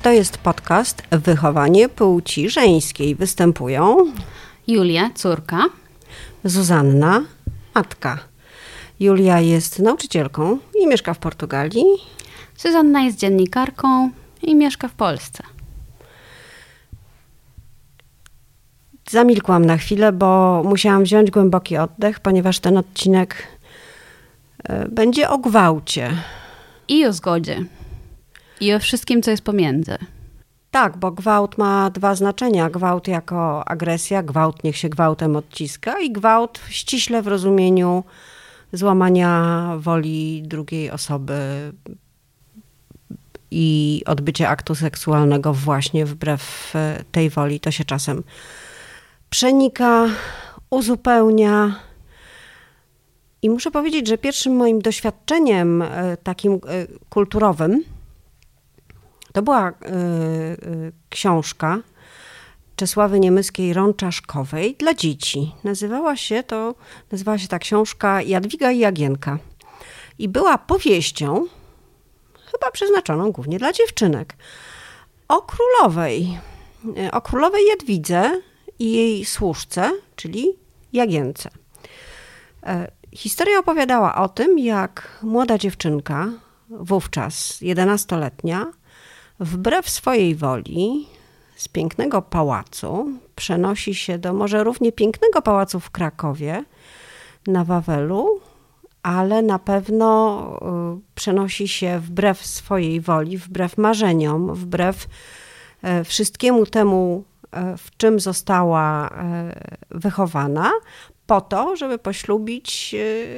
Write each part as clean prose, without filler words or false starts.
To jest podcast Wychowanie płci żeńskiej. Występują Julia, córka. Zuzanna, matka. Julia jest nauczycielką i mieszka w Portugalii. Zuzanna jest dziennikarką i mieszka w Polsce. Zamilkłam na chwilę, bo musiałam wziąć głęboki oddech, ponieważ ten odcinek będzie o gwałcie. I o zgodzie. I o wszystkim, co jest pomiędzy. Tak, bo gwałt ma dwa znaczenia. Gwałt jako agresja, gwałt niech się gwałtem odciska i gwałt ściśle w rozumieniu złamania woli drugiej osoby i odbycia aktu seksualnego właśnie wbrew tej woli. To się czasem przenika, uzupełnia. I muszę powiedzieć, że pierwszym moim doświadczeniem takim kulturowym to była książka Czesławy Niemyskiej Rączaszkowej dla dzieci. Nazywała się ta książka Jadwiga i Jagienka. I była powieścią, chyba przeznaczoną głównie dla dziewczynek, o królowej Jadwidze i jej służce, czyli Jagience. Historia opowiadała o tym, jak młoda dziewczynka, wówczas 11-letnia, wbrew swojej woli z pięknego pałacu przenosi się do może równie pięknego pałacu w Krakowie, na Wawelu, ale na pewno przenosi się wbrew swojej woli, wbrew marzeniom, wbrew wszystkiemu temu, w czym została wychowana, po to, żeby poślubić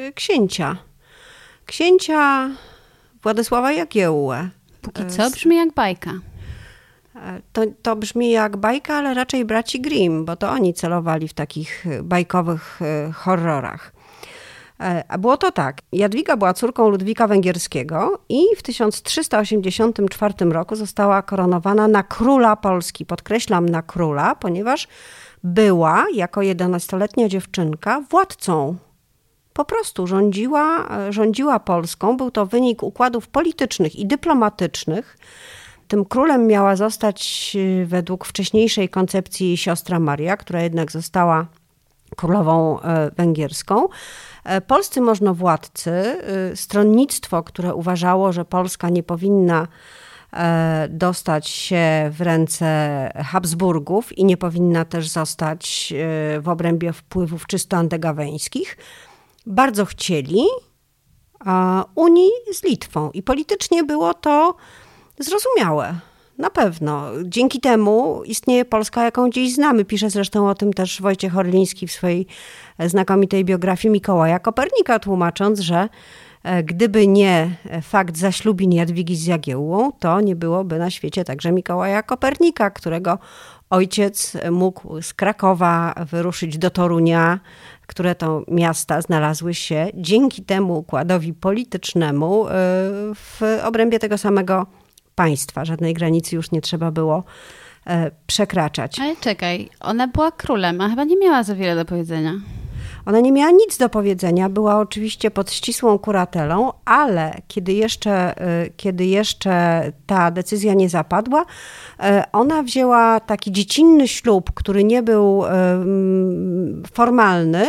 księcia Władysława Jagiełłę. Póki co brzmi jak bajka. To brzmi jak bajka, ale raczej braci Grimm, bo to oni celowali w takich bajkowych horrorach. A było to tak. Jadwiga była córką Ludwika Węgierskiego i w 1384 roku została koronowana na króla Polski. Podkreślam, na króla, ponieważ była jako 11-letnia dziewczynka władcą. Po prostu rządziła Polską. Był to wynik układów politycznych i dyplomatycznych. Tym królem miała zostać według wcześniejszej koncepcji jej siostra Maria, która jednak została królową węgierską. Polscy możnowładcy, stronnictwo, które uważało, że Polska nie powinna dostać się w ręce Habsburgów i nie powinna też zostać w obrębie wpływów czysto andegaweńskich, bardzo chcieli Unii z Litwą i politycznie było to zrozumiałe. Na pewno. Dzięki temu istnieje Polska, jaką dziś znamy. Pisze zresztą o tym też Wojciech Orliński w swojej znakomitej biografii Mikołaja Kopernika, tłumacząc, że gdyby nie fakt zaślubin Jadwigi z Jagiełłą, to nie byłoby na świecie także Mikołaja Kopernika, którego ojciec mógł z Krakowa wyruszyć do Torunia, które to miasta znalazły się dzięki temu układowi politycznemu w obrębie tego samego państwa. Żadnej granicy już nie trzeba było przekraczać. Ale czekaj, ona była królem, a chyba nie miała za wiele do powiedzenia. Ona nie miała nic do powiedzenia, była oczywiście pod ścisłą kuratelą, ale kiedy jeszcze ta decyzja nie zapadła, ona wzięła taki dziecinny ślub, który nie był formalny,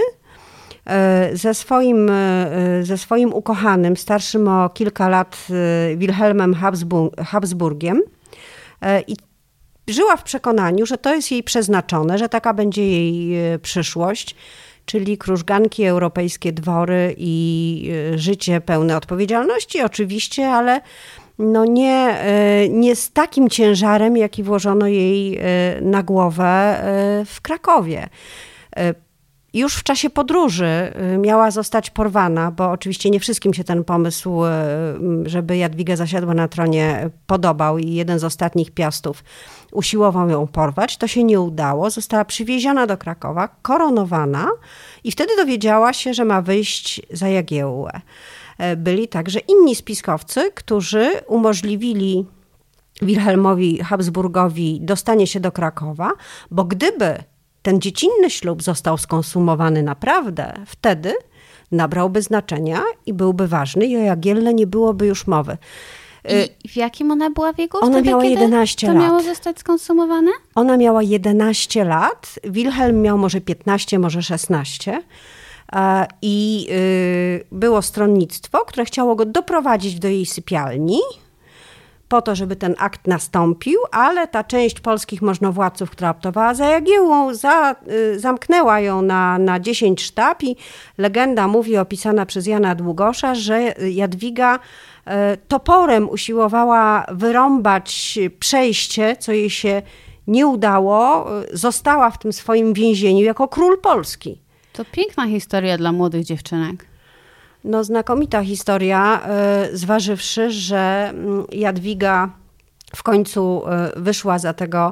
ze swoim ukochanym, starszym o kilka lat Wilhelmem Habsburgiem i żyła w przekonaniu, że to jest jej przeznaczone, że taka będzie jej przyszłość, czyli krużganki, europejskie dwory i życie pełne odpowiedzialności oczywiście, ale no nie z takim ciężarem, jaki włożono jej na głowę w Krakowie. Już w czasie podróży miała zostać porwana, bo oczywiście nie wszystkim się ten pomysł, żeby Jadwiga zasiadła na tronie, podobał i jeden z ostatnich piastów usiłował ją porwać. To się nie udało. Została przywieziona do Krakowa, koronowana i wtedy dowiedziała się, że ma wyjść za Jagiełłę. Byli także inni spiskowcy, którzy umożliwili Wilhelmowi Habsburgowi dostanie się do Krakowa, bo gdyby ten dziecinny ślub został skonsumowany naprawdę, wtedy nabrałby znaczenia i byłby ważny i o Jagiellę nie byłoby już mowy. I w jakim ona była wieku? Ona miała 11 lat. To miało zostać skonsumowane? Ona miała 11 lat, Wilhelm miał może 15, może 16. I było stronnictwo, które chciało go doprowadzić do jej sypialni, po to, żeby ten akt nastąpił, ale ta część polskich możnowładców, która optowała za Jagiełłą, zamknęła ją na 10 sztab i legenda mówi, opisana przez Jana Długosza, że Jadwiga toporem usiłowała wyrąbać przejście, co jej się nie udało, została w tym swoim więzieniu jako król Polski. To piękna historia dla młodych dziewczynek. No, znakomita historia, zważywszy, że Jadwiga w końcu wyszła za tego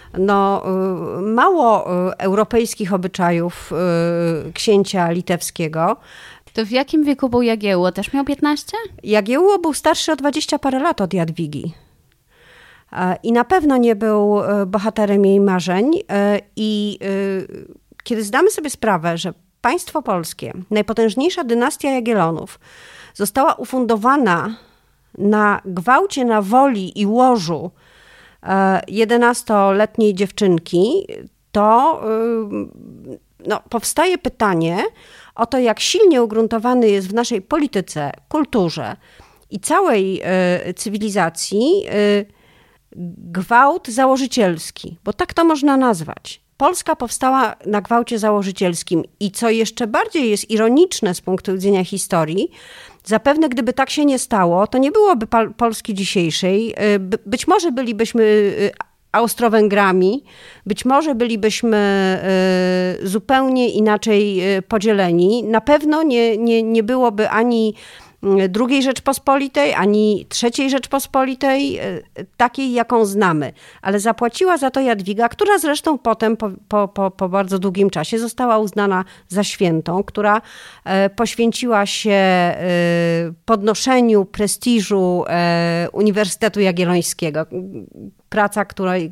mało europejskich obyczajów księcia litewskiego. To w jakim wieku był Jagiełło? Też miał 15? Jagiełło był starszy o 20 parę lat od Jadwigi. I na pewno nie był bohaterem jej marzeń. I kiedy zdamy sobie sprawę, że państwo polskie, najpotężniejsza dynastia Jagiellonów, została ufundowana na gwałcie na woli i łożu 11-letniej dziewczynki, to powstaje pytanie o to, jak silnie ugruntowany jest w naszej polityce, kulturze i całej cywilizacji gwałt założycielski, bo tak to można nazwać. Polska powstała na gwałcie założycielskim i co jeszcze bardziej jest ironiczne z punktu widzenia historii, zapewne gdyby tak się nie stało, to nie byłoby Polski dzisiejszej. Być może bylibyśmy Austro-Węgrami, być może bylibyśmy zupełnie inaczej podzieleni. Na pewno nie byłoby ani II Rzeczpospolitej, ani III Rzeczpospolitej, takiej, jaką znamy. Ale zapłaciła za to Jadwiga, która zresztą potem, po bardzo długim czasie, została uznana za świętą, która poświęciła się podnoszeniu prestiżu Uniwersytetu Jagiellońskiego. Praca,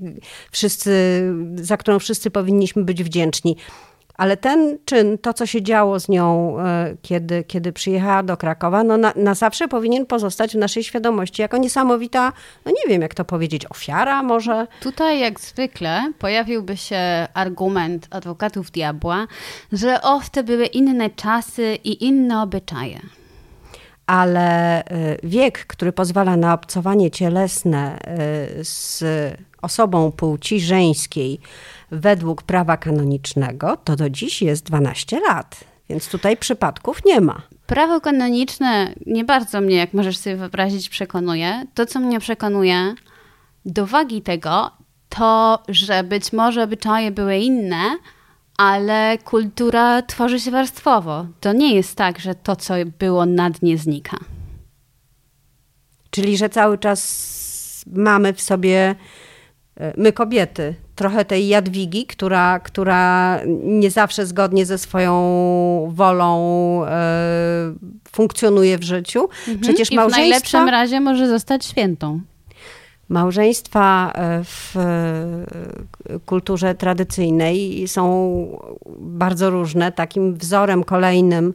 za którą wszyscy powinniśmy być wdzięczni. Ale ten czyn, to co się działo z nią, kiedy przyjechała do Krakowa, na zawsze powinien pozostać w naszej świadomości jako niesamowita, nie wiem jak to powiedzieć, ofiara może? Tutaj jak zwykle pojawiłby się argument adwokatów diabła, że to były inne czasy i inne obyczaje. Ale wiek, który pozwala na obcowanie cielesne z osobą płci żeńskiej według prawa kanonicznego, to do dziś jest 12 lat. Więc tutaj przypadków nie ma. Prawo kanoniczne nie bardzo mnie, jak możesz sobie wyobrazić, przekonuje. To, co mnie przekonuje do wagi tego, to, że być może obyczaje były inne, ale kultura tworzy się warstwowo. To nie jest tak, że to, co było na dnie, znika. Czyli, że cały czas mamy w sobie, my kobiety, trochę tej Jadwigi, która nie zawsze zgodnie ze swoją wolą funkcjonuje w życiu. Przecież i w najlepszym razie może zostać świętą. Małżeństwa w kulturze tradycyjnej są bardzo różne. Takim wzorem kolejnym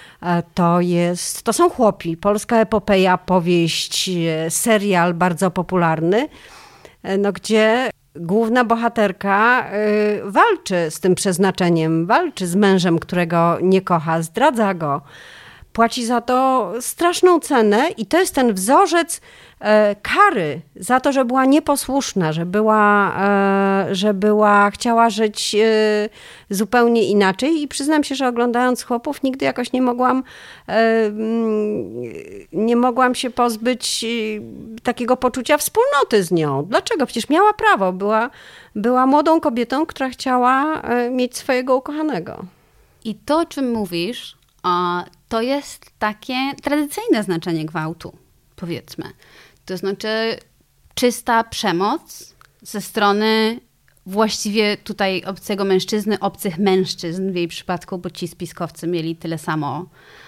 to są chłopi. Polska epopeja, powieść, serial bardzo popularny, gdzie główna bohaterka walczy z tym przeznaczeniem, walczy z mężem, którego nie kocha, zdradza go. Płaci za to straszną cenę i to jest ten wzorzec kary za to, że była nieposłuszna, że chciała żyć zupełnie inaczej. I przyznam się, że oglądając chłopów nigdy jakoś nie mogłam się pozbyć takiego poczucia wspólnoty z nią. Dlaczego? Przecież miała prawo. Była młodą kobietą, która chciała mieć swojego ukochanego. I to, o czym mówisz, to jest takie tradycyjne znaczenie gwałtu, powiedzmy. To znaczy czysta przemoc ze strony właściwie tutaj obcego mężczyzny, obcych mężczyzn w jej przypadku, bo ci spiskowcy mieli tyle samo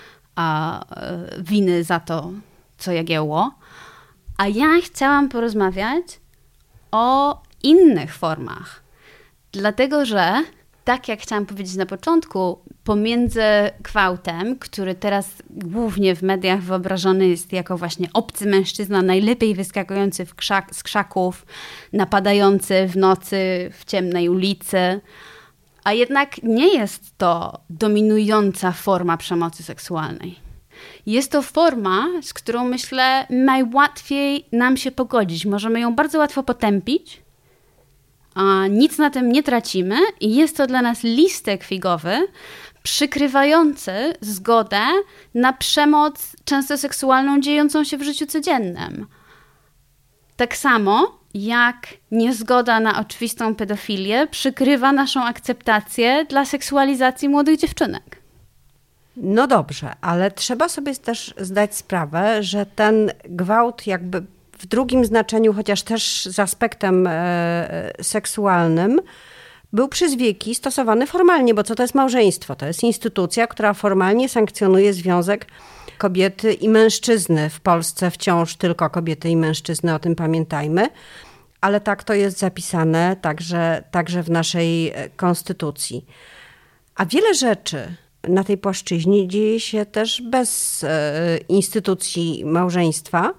winy za to, co Jagiełło. A ja chciałam porozmawiać o innych formach. Dlatego, że tak jak chciałam powiedzieć na początku, pomiędzy gwałtem, który teraz głównie w mediach wyobrażony jest jako właśnie obcy mężczyzna, najlepiej wyskakujący z krzaków, napadający w nocy w ciemnej ulicy, a jednak nie jest to dominująca forma przemocy seksualnej. Jest to forma, z którą myślę najłatwiej nam się pogodzić. Możemy ją bardzo łatwo potępić, a nic na tym nie tracimy i jest to dla nas listek figowy przykrywający zgodę na przemoc często seksualną dziejącą się w życiu codziennym. Tak samo jak niezgoda na oczywistą pedofilię przykrywa naszą akceptację dla seksualizacji młodych dziewczynek. No dobrze, ale trzeba sobie też zdać sprawę, że ten gwałt jakby w drugim znaczeniu, chociaż też z aspektem seksualnym, był przez wieki stosowany formalnie, bo co to jest małżeństwo? To jest instytucja, która formalnie sankcjonuje związek kobiety i mężczyzny. W Polsce wciąż tylko kobiety i mężczyzny, o tym pamiętajmy, ale tak to jest zapisane także w naszej konstytucji. A wiele rzeczy na tej płaszczyźnie dzieje się też bez instytucji małżeństwa,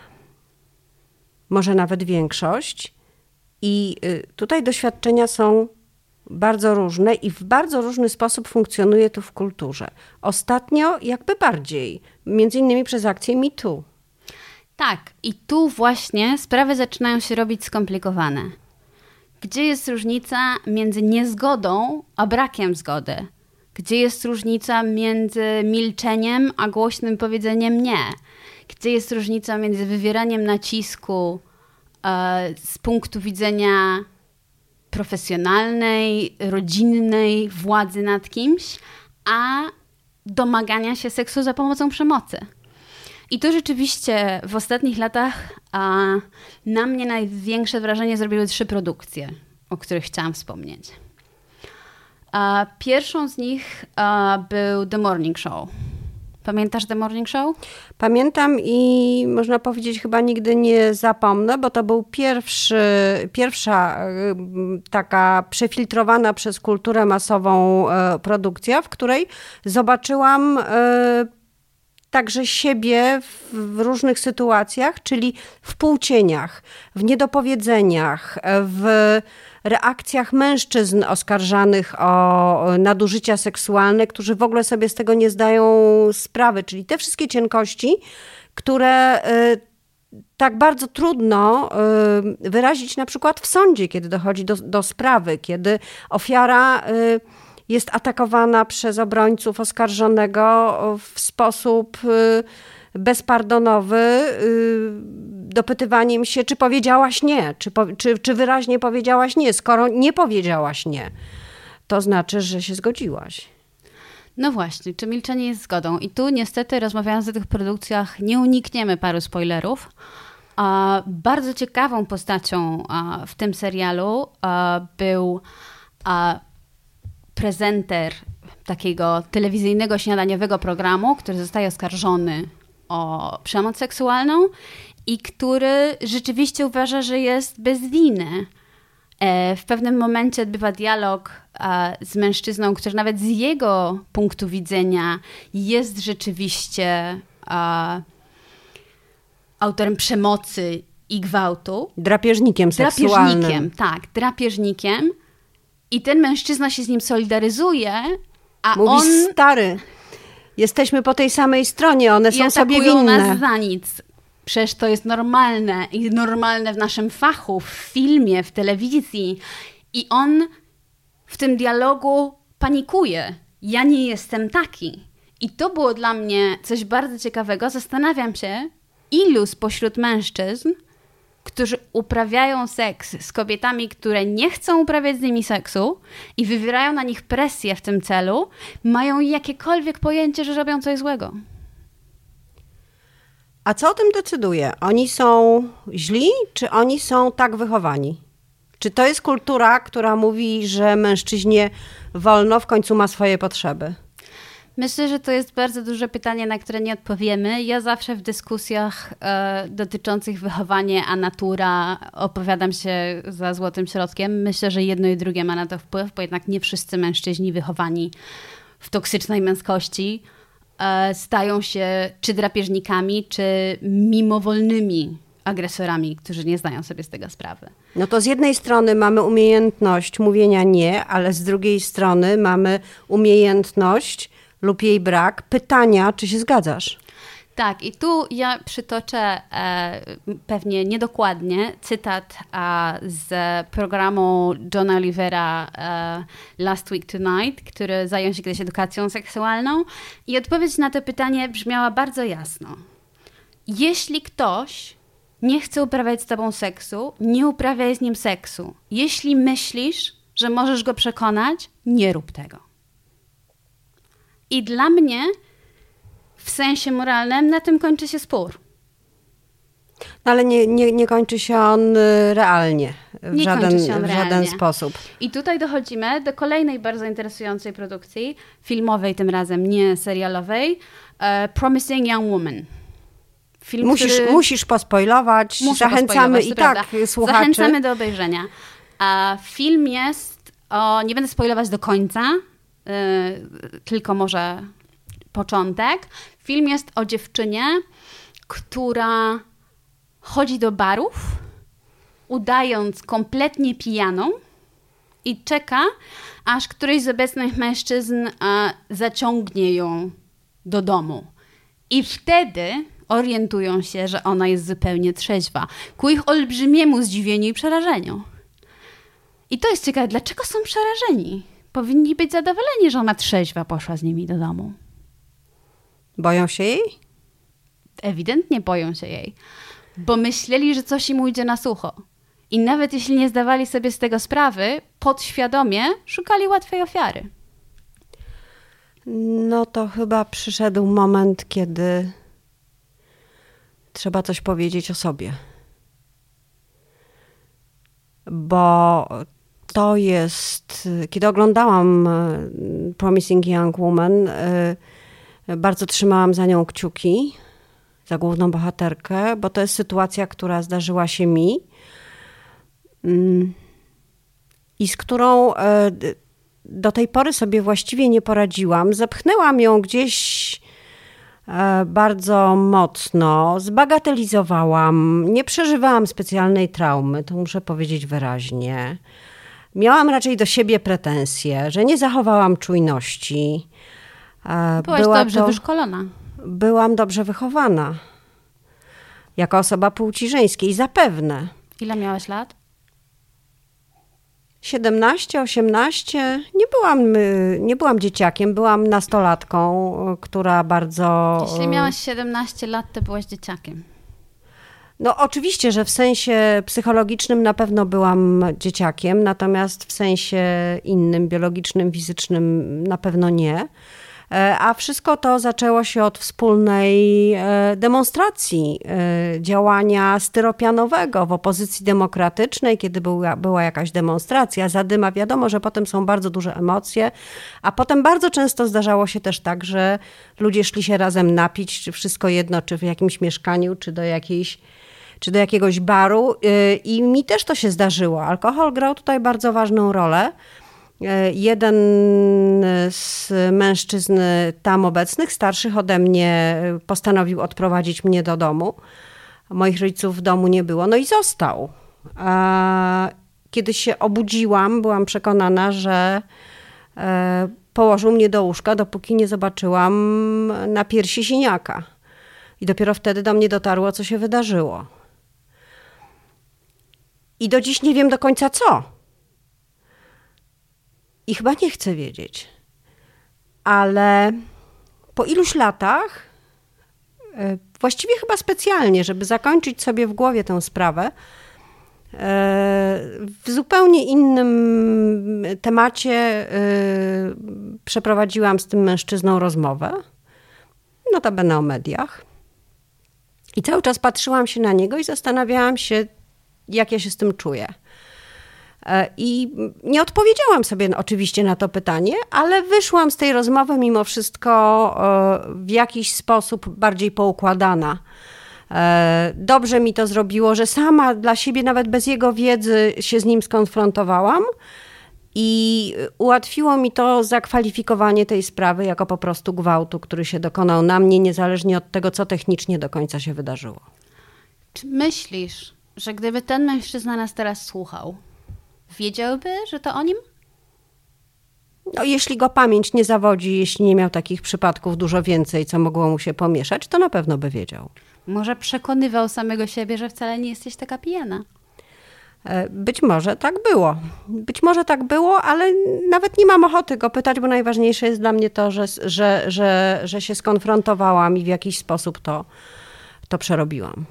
może nawet większość. I tutaj doświadczenia są bardzo różne i w bardzo różny sposób funkcjonuje to w kulturze. Ostatnio jakby bardziej, między innymi przez akcję MeToo. Tak, i tu właśnie sprawy zaczynają się robić skomplikowane. Gdzie jest różnica między niezgodą a brakiem zgody? Gdzie jest różnica między milczeniem a głośnym powiedzeniem nie? Gdzie jest różnica między wywieraniem nacisku z punktu widzenia profesjonalnej, rodzinnej władzy nad kimś, a domagania się seksu za pomocą przemocy? I to rzeczywiście w ostatnich latach na mnie największe wrażenie zrobiły 3 produkcje, o których chciałam wspomnieć. Pierwszą z nich był The Morning Show. Pamiętasz The Morning Show? Pamiętam i można powiedzieć chyba nigdy nie zapomnę, bo to był pierwsza taka przefiltrowana przez kulturę masową produkcja, w której zobaczyłam także siebie w różnych sytuacjach, czyli w półcieniach, w niedopowiedzeniach, w reakcjach mężczyzn oskarżanych o nadużycia seksualne, którzy w ogóle sobie z tego nie zdają sprawy. Czyli te wszystkie cienkości, które tak bardzo trudno wyrazić na przykład w sądzie, kiedy dochodzi do sprawy, kiedy ofiara jest atakowana przez obrońców oskarżonego w sposób bezpardonowy, dopytywaniem się, czy powiedziałaś nie, czy wyraźnie powiedziałaś nie. Skoro nie powiedziałaś nie, to znaczy, że się zgodziłaś. No właśnie, czy milczenie jest zgodą? I tu niestety, rozmawiając o tych produkcjach, nie unikniemy paru spoilerów. Bardzo ciekawą postacią w tym serialu był prezenter takiego telewizyjnego, śniadaniowego programu, który zostaje oskarżony o przemoc seksualną i który rzeczywiście uważa, że jest bez winy. W pewnym momencie odbywa dialog z mężczyzną, który nawet z jego punktu widzenia jest rzeczywiście autorem przemocy i gwałtu. Drapieżnikiem seksualnym. Drapieżnikiem, tak, drapieżnikiem. I ten mężczyzna się z nim solidaryzuje, a mówi, on... stary, jesteśmy po tej samej stronie, one są sobie winne. nas za nic. Przecież to jest normalne i normalne w naszym fachu, w filmie, w telewizji. I on w tym dialogu panikuje. Ja nie jestem taki. I to było dla mnie coś bardzo ciekawego. Zastanawiam się, ilu spośród mężczyzn, którzy uprawiają seks z kobietami, które nie chcą uprawiać z nimi seksu i wywierają na nich presję w tym celu, mają jakiekolwiek pojęcie, że robią coś złego. A co o tym decyduje? Oni są źli, czy oni są tak wychowani? Czy to jest kultura, która mówi, że mężczyźnie wolno, w końcu ma swoje potrzeby? Myślę, że to jest bardzo duże pytanie, na które nie odpowiemy. Ja zawsze w dyskusjach dotyczących wychowania a natura opowiadam się za złotym środkiem. Myślę, że jedno i drugie ma na to wpływ, bo jednak nie wszyscy mężczyźni wychowani w toksycznej męskości stają się czy drapieżnikami, czy mimowolnymi agresorami, którzy nie zdają sobie z tego sprawy. No to z jednej strony mamy umiejętność mówienia nie, ale z drugiej strony mamy umiejętność lub jej brak pytania, czy się zgadzasz. Tak, i tu ja przytoczę pewnie niedokładnie cytat z programu Johna Olivera Last Week Tonight, który zajął się kiedyś edukacją seksualną i odpowiedź na to pytanie brzmiała bardzo jasno. Jeśli ktoś nie chce uprawiać z tobą seksu, nie uprawiaj z nim seksu. Jeśli myślisz, że możesz go przekonać, nie rób tego. I dla mnie w sensie moralnym na tym kończy się spór. No ale nie kończy się on realnie, w żaden sposób. I tutaj dochodzimy do kolejnej bardzo interesującej produkcji, filmowej tym razem, nie serialowej, Promising Young Woman. Film, musisz pospoilować, zachęcamy i tak słuchaczy. Zachęcamy do obejrzenia. Film jest, nie będę spoilować do końca, tylko może początek. Film jest o dziewczynie, która chodzi do barów, udając kompletnie pijaną i czeka, aż któryś z obecnych mężczyzn zaciągnie ją do domu. I wtedy orientują się, że ona jest zupełnie trzeźwa. Ku ich olbrzymiemu zdziwieniu i przerażeniu. I to jest ciekawe, dlaczego są przerażeni? Powinni być zadowoleni, że ona trzeźwa poszła z nimi do domu. Boją się jej? Ewidentnie boją się jej, bo myśleli, że coś im ujdzie na sucho. I nawet jeśli nie zdawali sobie z tego sprawy, podświadomie szukali łatwej ofiary. No to chyba przyszedł moment, kiedy trzeba coś powiedzieć o sobie. Bo to jest... Kiedy oglądałam Promising Young Woman, bardzo trzymałam za nią kciuki, za główną bohaterkę, bo to jest sytuacja, która zdarzyła się mi i z którą do tej pory sobie właściwie nie poradziłam. Zepchnęłam ją gdzieś bardzo mocno, zbagatelizowałam, nie przeżywałam specjalnej traumy, to muszę powiedzieć wyraźnie. Miałam raczej do siebie pretensje, że nie zachowałam czujności. Byłaś dobrze wyszkolona. Byłam dobrze wychowana. Jako osoba płci żeńskiej, zapewne. Ile miałaś lat? 17, 18. Nie byłam dzieciakiem, byłam nastolatką, która bardzo... Jeśli miałaś 17 lat, to byłaś dzieciakiem. No oczywiście, że w sensie psychologicznym na pewno byłam dzieciakiem, natomiast w sensie innym, biologicznym, fizycznym na pewno nie. A wszystko to zaczęło się od wspólnej demonstracji działania styropianowego w opozycji demokratycznej, kiedy była jakaś demonstracja, zadyma. Wiadomo, że potem są bardzo duże emocje, a potem bardzo często zdarzało się też tak, że ludzie szli się razem napić, czy wszystko jedno, czy w jakimś mieszkaniu, czy do jakiegoś baru i mi też to się zdarzyło. Alkohol grał tutaj bardzo ważną rolę. Jeden z mężczyzn tam obecnych, starszych ode mnie, postanowił odprowadzić mnie do domu. Moich rodziców w domu nie było, no i został. Kiedy się obudziłam, byłam przekonana, że położył mnie do łóżka, dopóki nie zobaczyłam na piersi siniaka. I dopiero wtedy do mnie dotarło, co się wydarzyło. I do dziś nie wiem do końca co. I chyba nie chcę wiedzieć. Ale po iluś latach, właściwie chyba specjalnie, żeby zakończyć sobie w głowie tę sprawę, w zupełnie innym temacie przeprowadziłam z tym mężczyzną rozmowę, notabene o mediach. I cały czas patrzyłam się na niego i zastanawiałam się, jak ja się z tym czuję. I nie odpowiedziałam sobie oczywiście na to pytanie, ale wyszłam z tej rozmowy mimo wszystko w jakiś sposób bardziej poukładana. Dobrze mi to zrobiło, że sama dla siebie, nawet bez jego wiedzy, się z nim skonfrontowałam i ułatwiło mi to zakwalifikowanie tej sprawy jako po prostu gwałtu, który się dokonał na mnie, niezależnie od tego, co technicznie do końca się wydarzyło. Czy myślisz, że gdyby ten mężczyzna nas teraz słuchał, wiedziałby, że to o nim? No, jeśli go pamięć nie zawodzi, jeśli nie miał takich przypadków dużo więcej, co mogło mu się pomieszać, to na pewno by wiedział. Może przekonywał samego siebie, że wcale nie jesteś taka pijana. Być może tak było. Być może tak było, ale nawet nie mam ochoty go pytać, bo najważniejsze jest dla mnie to, że się skonfrontowałam i w jakiś sposób to przerobiłam.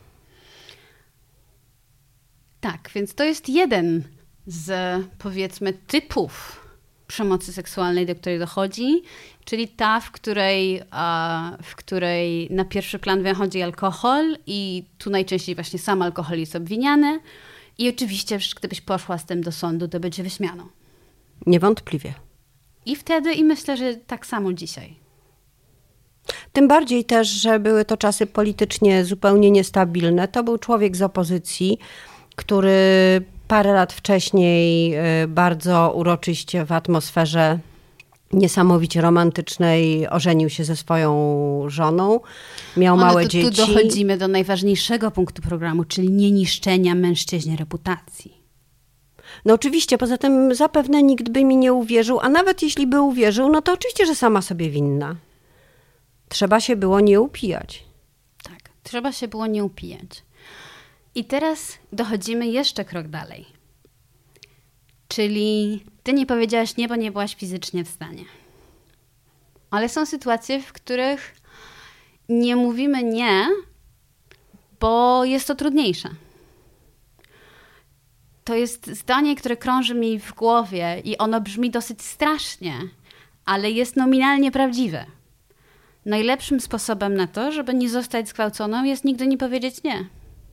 Tak, więc to jest jeden z, powiedzmy, typów przemocy seksualnej, do której dochodzi, czyli ta, w której na pierwszy plan wychodzi alkohol i tu najczęściej właśnie sam alkohol jest obwiniany i oczywiście, gdybyś poszła z tym do sądu, to będzie wyśmiano. Niewątpliwie. I wtedy, i myślę, że tak samo dzisiaj. Tym bardziej też, że były to czasy politycznie zupełnie niestabilne. To był człowiek z opozycji, który parę lat wcześniej bardzo uroczyście w atmosferze niesamowicie romantycznej ożenił się ze swoją żoną, miał małe dzieci. Tu dochodzimy do najważniejszego punktu programu, czyli nie niszczenia mężczyźnie reputacji. No oczywiście, poza tym zapewne nikt by mi nie uwierzył, a nawet jeśli by uwierzył, no to oczywiście, że sama sobie winna. Trzeba się było nie upijać. Tak, trzeba się było nie upijać. I teraz dochodzimy jeszcze krok dalej. Czyli ty nie powiedziałaś nie, bo nie byłaś fizycznie w stanie. Ale są sytuacje, w których nie mówimy nie, bo jest to trudniejsze. To jest zdanie, które krąży mi w głowie i ono brzmi dosyć strasznie, ale jest nominalnie prawdziwe. Najlepszym sposobem na to, żeby nie zostać zgwałconą, jest nigdy nie powiedzieć nie.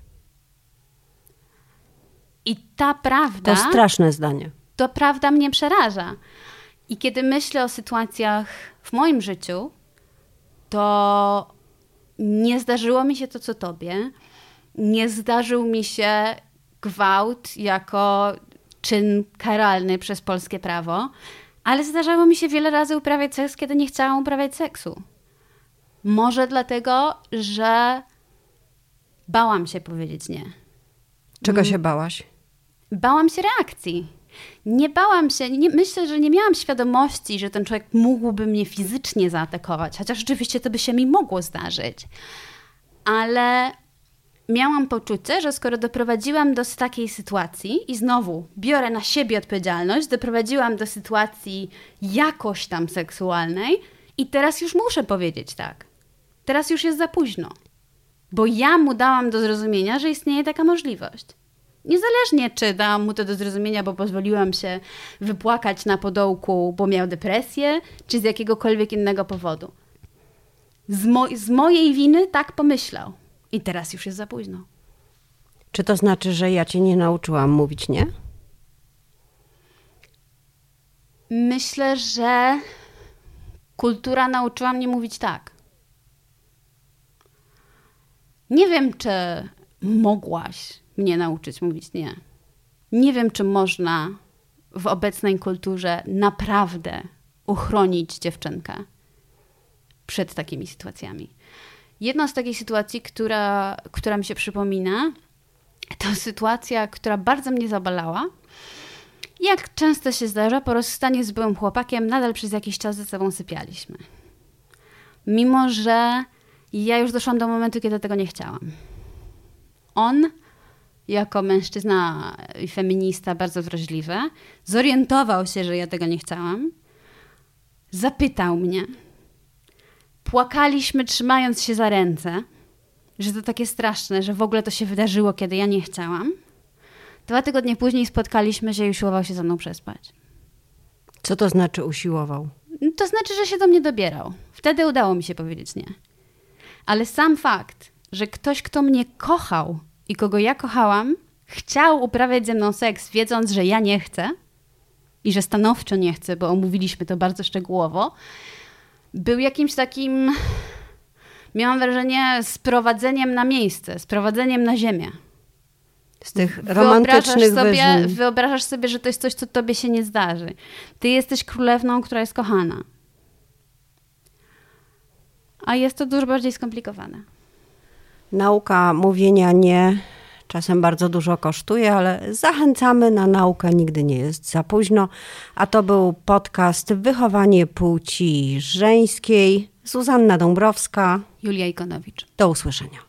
I ta prawda... To straszne zdanie. To prawda mnie przeraża. I kiedy myślę o sytuacjach w moim życiu, to nie zdarzyło mi się to, co tobie. Nie zdarzył mi się gwałt jako czyn karalny przez polskie prawo, ale zdarzało mi się wiele razy uprawiać seks, kiedy nie chciałam uprawiać seksu. Może dlatego, że bałam się powiedzieć nie. Czego się bałaś? Bałam się reakcji. Nie bałam się, myślę, że nie miałam świadomości, że ten człowiek mógłby mnie fizycznie zaatakować, chociaż oczywiście to by się mi mogło zdarzyć. Ale miałam poczucie, że skoro doprowadziłam do takiej sytuacji i znowu biorę na siebie odpowiedzialność, doprowadziłam do sytuacji jakoś tam seksualnej i teraz już muszę powiedzieć tak. Teraz już jest za późno. Bo ja mu dałam do zrozumienia, że istnieje taka możliwość. Niezależnie, czy dałam mu to do zrozumienia, bo pozwoliłam się wypłakać na podołku, bo miał depresję, czy z jakiegokolwiek innego powodu. Z mojej winy tak pomyślał. I teraz już jest za późno. Czy to znaczy, że ja cię nie nauczyłam mówić nie? Myślę, że kultura nauczyła mnie mówić tak. Nie wiem, czy mogłaś mnie nauczyć mówić nie. Nie wiem, czy można w obecnej kulturze naprawdę uchronić dziewczynkę przed takimi sytuacjami. Jedna z takich sytuacji, która mi się przypomina, to sytuacja, która bardzo mnie zabalała. Jak często się zdarza, po rozstaniu z byłym chłopakiem nadal przez jakiś czas ze sobą sypialiśmy. Mimo że ja już doszłam do momentu, kiedy tego nie chciałam. On, jako mężczyzna i feminista bardzo wrażliwy, zorientował się, że ja tego nie chciałam. Zapytał mnie. Płakaliśmy, trzymając się za ręce, że to takie straszne, że w ogóle to się wydarzyło, kiedy ja nie chciałam. 2 tygodnie później spotkaliśmy się i usiłował się ze mną przespać. Co to znaczy usiłował? To znaczy, że się do mnie dobierał. Wtedy udało mi się powiedzieć nie. Ale sam fakt, że ktoś, kto mnie kochał i kogo ja kochałam, chciał uprawiać ze mną seks, wiedząc, że ja nie chcę i że stanowczo nie chcę, bo omówiliśmy to bardzo szczegółowo, był jakimś takim, miałam wrażenie, sprowadzeniem na miejsce, sprowadzeniem na ziemię. Z tych romantycznych wyżyn. Wyobrażasz sobie, że to jest coś, co tobie się nie zdarzy. Ty jesteś królewną, która jest kochana. A jest to dużo bardziej skomplikowane. Nauka mówienia nie czasem bardzo dużo kosztuje, ale zachęcamy na naukę, nigdy nie jest za późno. A to był podcast Wychowanie płci żeńskiej. Zuzanna Dąbrowska. Julia Ikonowicz. Do usłyszenia.